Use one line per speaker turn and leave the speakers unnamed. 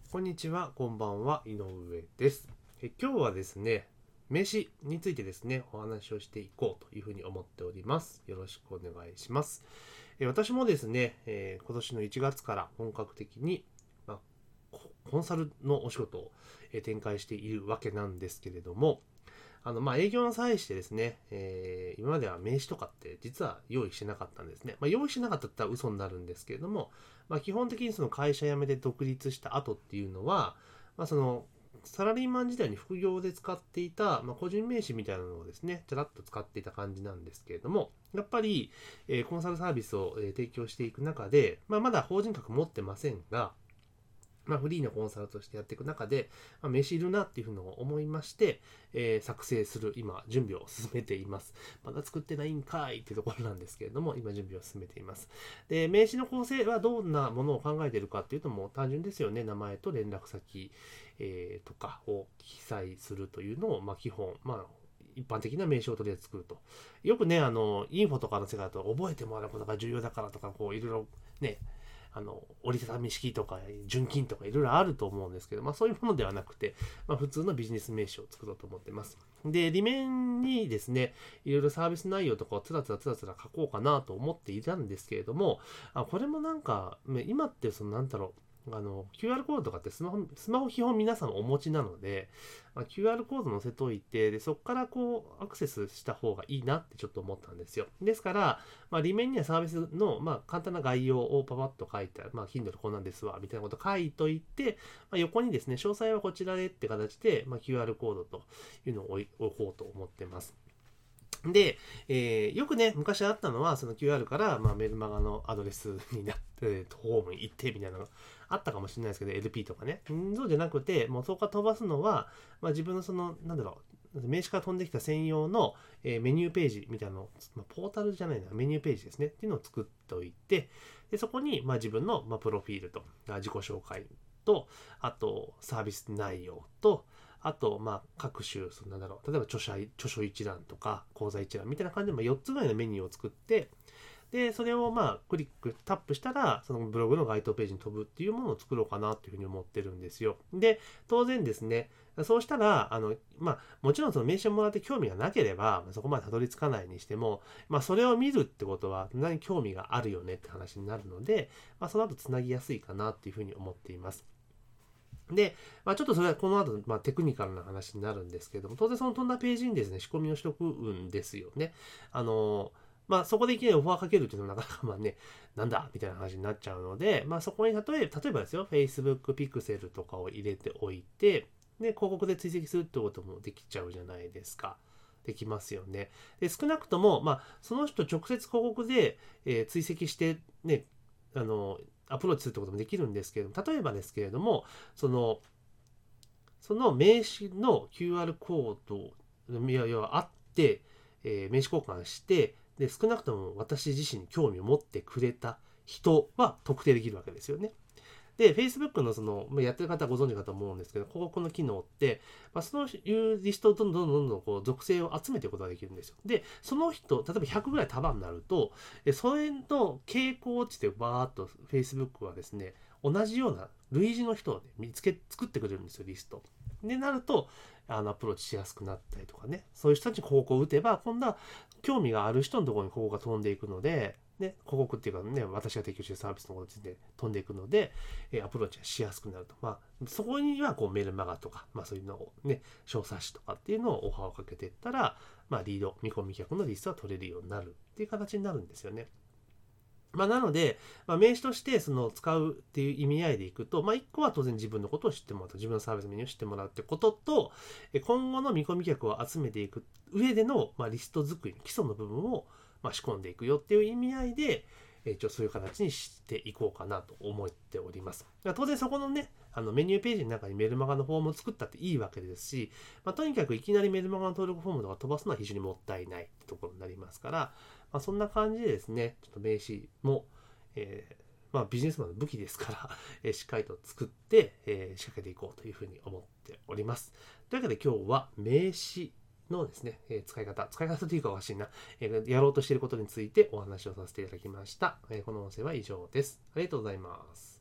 こんにちは、こんばんは、井上です。今日はですね、名詞についてですね、お話をしていこうというふうに思っております。よろしくお願いします。私もですね、今年の1月から本格的に、コンサルのお仕事を展開しているわけなんですけれども、営業の際してですね、今までは名刺とかって実は用意してなかったんですね。用意してなかったって言ったら嘘になるんですけれども、基本的にその会社辞めて独立した後っていうのは、そのサラリーマン時代に副業で使っていた、個人名刺みたいなのをですね、ちゃらっと使っていた感じなんですけれども、やっぱり、コンサルサービスを、提供していく中で、まだ法人格持ってませんが、フリーのコンサルとしてやっていく中で、名刺いるなっていうふうに思いまして、作成する、今、準備を進めています。まだ作ってないんかいっていうところなんですけれども、今、準備を進めています。で、名刺の構成はどんなものを考えているかっていうと、もう単純ですよね。名前と連絡先、とかを記載するというのを、基本、一般的な名刺をとりあえず作ると。よくね、インフォとかの世界だと覚えてもらうことが重要だからとか、いろいろね、折りたたみ式とか純金とかいろいろあると思うんですけど、そういうものではなくて、普通のビジネス名刺を作ろうと思ってます。で、裏面にですね、いろいろサービス内容とかをつらつら書こうかなと思っていたんですけれども、これもなんか、今ってなんだろう、QR コードとかってスマホ基本皆さんお持ちなので、QR コード載せといて、で、そこからアクセスした方がいいなってちょっと思ったんですよ。ですから、裏面にはサービスの、簡単な概要をパパッと書いて、Kindle こんなんですわ、みたいなこと書いといて、横にですね、詳細はこちらでって形で、QR コードというのを置こうと思ってます。で、よくね、昔あったのは、その QR から、メルマガのアドレスになって、ホームに行ってみたいなのがあったかもしれないですけど、LP とかね。そうじゃなくて、もうそこから飛ばすのは、自分の名刺から飛んできた専用の、メニューページみたいなの、ポータルじゃないな、メニューページですね。っていうのを作っておいて、でそこに、自分の、プロフィールと、自己紹介と、あと、サービス内容と、あと、各種、例えば著書一覧とか、講座一覧みたいな感じで、4つぐらいのメニューを作って、で、それをタップしたら、そのブログの該当ページに飛ぶっていうものを作ろうかなっていうふうに思ってるんですよ。で、当然ですね、そうしたら、もちろんその名刺をもらって興味がなければ、そこまでたどり着かないにしても、それを見るってことは、何興味があるよねって話になるので、その後つなぎやすいかなっていうふうに思っています。で、ちょっとそれはこの後、テクニカルな話になるんですけども、当然その飛んだページにですね、仕込みをしとくんですよね。そこでいきなりオファーかけるっていうのはなかなかなんだみたいな話になっちゃうので、そこに例えばですよ、Facebook Pixel とかを入れておいて、で、広告で追跡するってこともできちゃうじゃないですか。できますよね。で、少なくとも、その人直接広告で、追跡してね、アプローチするってこともできるんですけど、例えばですけれども、その名刺の QR コード、要はあって、名刺交換して、で、少なくとも私自身に興味を持ってくれた人は特定できるわけですよね。で、Facebook のやってる方はご存知かと思うんですけど、広告の機能って、そういうリストをどんどん属性を集めていくことができるんですよ。で、その人、例えば100ぐらい束になると、それの傾向値でバーっと Facebook はですね、同じような類似の人を、ね、作ってくれるんですよ、リスト。で、なると、アプローチしやすくなったりとかね、そういう人たちに広告を打てば、今度は興味がある人のところに広告が飛んでいくので、ね、広告っていうかね、私が提供しているサービスのことで飛んでいくので、アプローチがしやすくなると。そこにはメルマガとか、そういうのをね、小冊子とかっていうのをオファーをかけていったら、リード、見込み客のリストは取れるようになるっていう形になるんですよね。なので、名刺として使うっていう意味合いでいくと、1個は当然自分のことを知ってもらうと、自分のサービスメニューを知ってもらうってことと、今後の見込み客を集めていく上での、リスト作りの基礎の部分を、仕込んでいくよっていう意味合いで、そういう形にしていこうかなと思っております。当然そこのね、メニューページの中にメルマガのフォームを作ったっていいわけですし、とにかくいきなりメルマガの登録フォームとか飛ばすのは非常にもったいないってところになりますから、そんな感じでですね、ちょっと名刺も、ビジネスマンの武器ですからしっかりと作って、仕掛けていこうというふうに思っております。というわけで今日は名刺のですね、使い方というかおかしいな、やろうとしていることについてお話をさせていただきました。この音声は以上です。ありがとうございます。